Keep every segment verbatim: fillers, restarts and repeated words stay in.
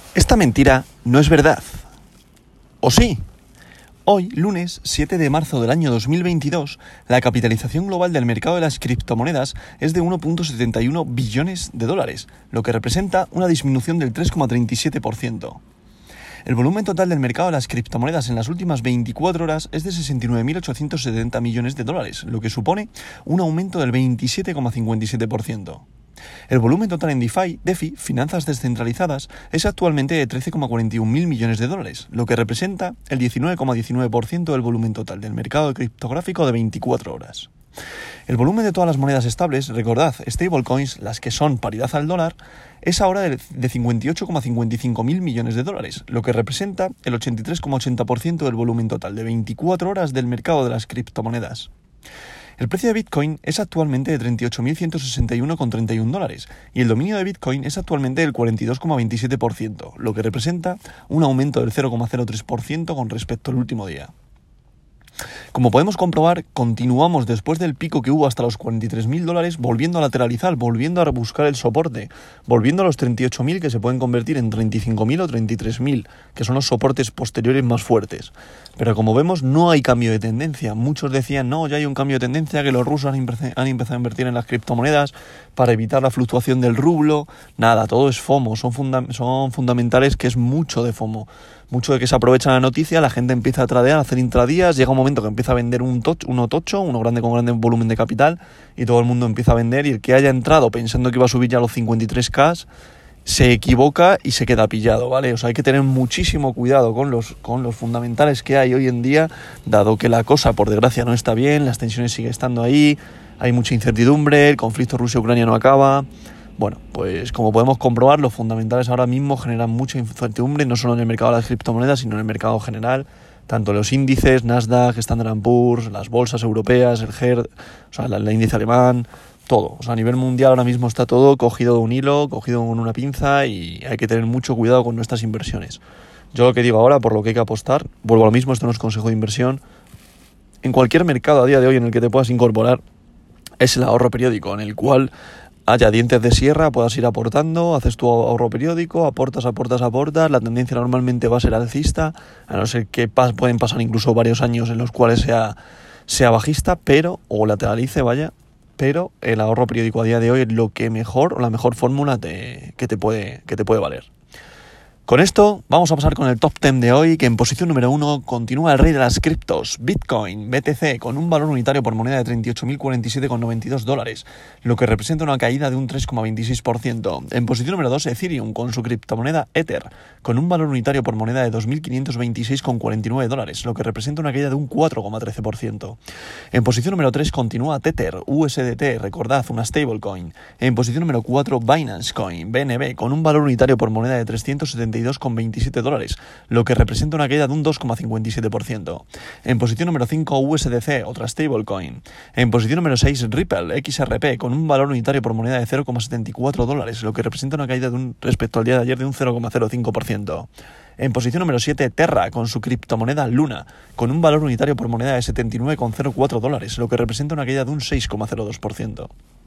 Esta mentira no es verdad. ¿O sí? Hoy, lunes siete de marzo del año dos mil veintidós, la capitalización global del mercado de las criptomonedas es de uno punto setenta y uno billones de dólares, lo que representa una disminución del tres coma treinta y siete por ciento. El volumen total del mercado de las criptomonedas en las últimas veinticuatro horas es de sesenta y nueve mil ochocientos setenta millones de dólares, lo que supone un aumento del veintisiete coma cincuenta y siete por ciento. El volumen total en DeFi, DeFi, finanzas descentralizadas, es actualmente de trece coma cuarenta y un mil millones de dólares, lo que representa el diecinueve coma diecinueve por ciento del volumen total del mercado criptográfico de veinticuatro horas. El volumen de todas las monedas estables, recordad, stablecoins, las que son paridad al dólar, es ahora de, de cincuenta y ocho coma cincuenta y cinco mil millones de dólares, lo que representa el ochenta y tres coma ochenta por ciento del volumen total de veinticuatro horas del mercado de las criptomonedas. El precio de Bitcoin es actualmente de treinta y ocho mil ciento sesenta y uno coma treinta y uno dólares y el dominio de Bitcoin es actualmente del cuarenta y dos coma veintisiete por ciento, lo que representa un aumento del cero coma cero tres por ciento con respecto al último día. Como podemos comprobar, continuamos después del pico que hubo hasta los cuarenta y tres mil dólares, volviendo a lateralizar, volviendo a buscar el soporte, volviendo a los treinta y ocho mil que se pueden convertir en treinta y cinco mil o treinta y tres mil, que son los soportes posteriores más fuertes. Pero como vemos, no hay cambio de tendencia. Muchos decían, no, ya hay un cambio de tendencia, que los rusos han, han empezado a invertir en las criptomonedas para evitar la fluctuación del rublo. Nada, todo es FOMO, son, funda- son fundamentales que es mucho de FOMO. Mucho de que se aprovecha la noticia, la gente empieza a tradear, a hacer intradías, llega un momento que empieza a vender un tocho, uno tocho, uno grande con grande volumen de capital, y todo el mundo empieza a vender, y el que haya entrado pensando que iba a subir ya a los cincuenta y tres K, se equivoca y se queda pillado, ¿vale? O sea, hay que tener muchísimo cuidado con los, con los fundamentales que hay hoy en día, dado que la cosa, por desgracia, no está bien, las tensiones siguen estando ahí, hay mucha incertidumbre, el conflicto Rusia-Ucrania no acaba. Bueno, pues como podemos comprobar, los fundamentales ahora mismo generan mucha incertidumbre, no solo en el mercado de las criptomonedas, sino en el mercado general, tanto los índices, Nasdaq, Standard and Poor's, las bolsas europeas, el G E R, o sea, el índice alemán, todo. O sea, a nivel mundial ahora mismo está todo cogido de un hilo, cogido con una pinza, y hay que tener mucho cuidado con nuestras inversiones. Yo lo que digo ahora, por lo que hay que apostar, vuelvo a lo mismo, esto no es consejo de inversión, en cualquier mercado a día de hoy en el que te puedas incorporar, es el ahorro periódico, en el cual haya dientes de sierra, puedas ir aportando, haces tu ahorro periódico, aportas, aportas, aportas, la tendencia normalmente va a ser alcista, a no ser que pas, pueden pasar incluso varios años en los cuales sea, sea bajista, pero, o lateralice, vaya, pero el ahorro periódico a día de hoy es lo que mejor, o la mejor fórmula te, que, te puede, que te puede valer. Con esto vamos a pasar con el top diez de hoy, que en posición número uno continúa el rey de las criptos, Bitcoin, B T C, con un valor unitario por moneda de treinta y ocho mil cuarenta y siete coma noventa y dos dólares, lo que representa una caída de un tres coma veintiséis por ciento. En posición número dos, Ethereum, con su criptomoneda Ether, con un valor unitario por moneda de dos mil quinientos veintiséis coma cuarenta y nueve dólares, lo que representa una caída de un cuatro coma trece por ciento. En posición número tres continúa Tether, U S D T, recordad, una stablecoin. En posición número cuatro, Binance Coin, B N B, con un valor unitario por moneda de trescientos setenta y dos coma veintisiete dólares, lo que representa una caída de un dos coma cincuenta y siete por ciento. En posición número cinco, U S D C, otra stablecoin. En posición número seis, Ripple, X R P, con un valor unitario por moneda de cero coma setenta y cuatro dólares, lo que representa una caída de un, respecto al día de ayer de un cero coma cero cinco por ciento. En posición número siete, Terra, con su criptomoneda Luna, con un valor unitario por moneda de setenta y nueve coma cero cuatro dólares, lo que representa una caída de un seis coma cero dos por ciento.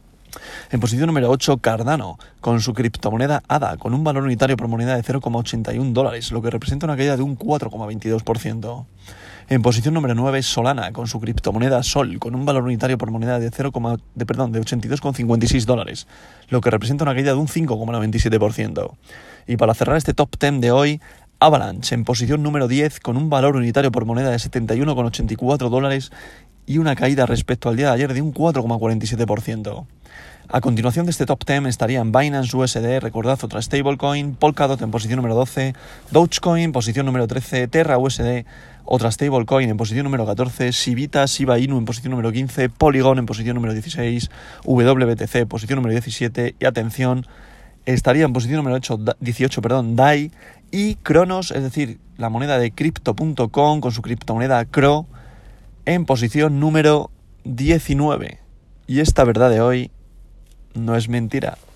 En posición número ocho, Cardano, con su criptomoneda A D A, con un valor unitario por moneda de cero coma ochenta y un dólares, lo que representa una caída de un cuatro coma veintidós por ciento. En posición número nueve, Solana, con su criptomoneda Sol, con un valor unitario por moneda de, cero, de, perdón, de ochenta y dos coma cincuenta y seis dólares, lo que representa una caída de un cinco coma noventa y siete por ciento. Y para cerrar este top diez de hoy, Avalanche, en posición número diez, con un valor unitario por moneda de setenta y uno coma ochenta y cuatro dólares y una caída respecto al día de ayer de un cuatro coma cuarenta y siete por ciento. A continuación de este top diez estarían Binance U S D, recordad, otra stablecoin, Polkadot en posición número doce, Dogecoin, posición número trece, Terra U S D, otra stablecoin en posición número catorce, Sivita, Shiba Inu en posición número quince, Polygon en posición número dieciséis, W B T C posición número diecisiete y atención, estaría en posición número dieciocho, perdón, D A I y Cronos, es decir, la moneda de Crypto punto com con su criptomoneda C R O en posición número diecinueve. Y esta verdad de hoy no es mentira.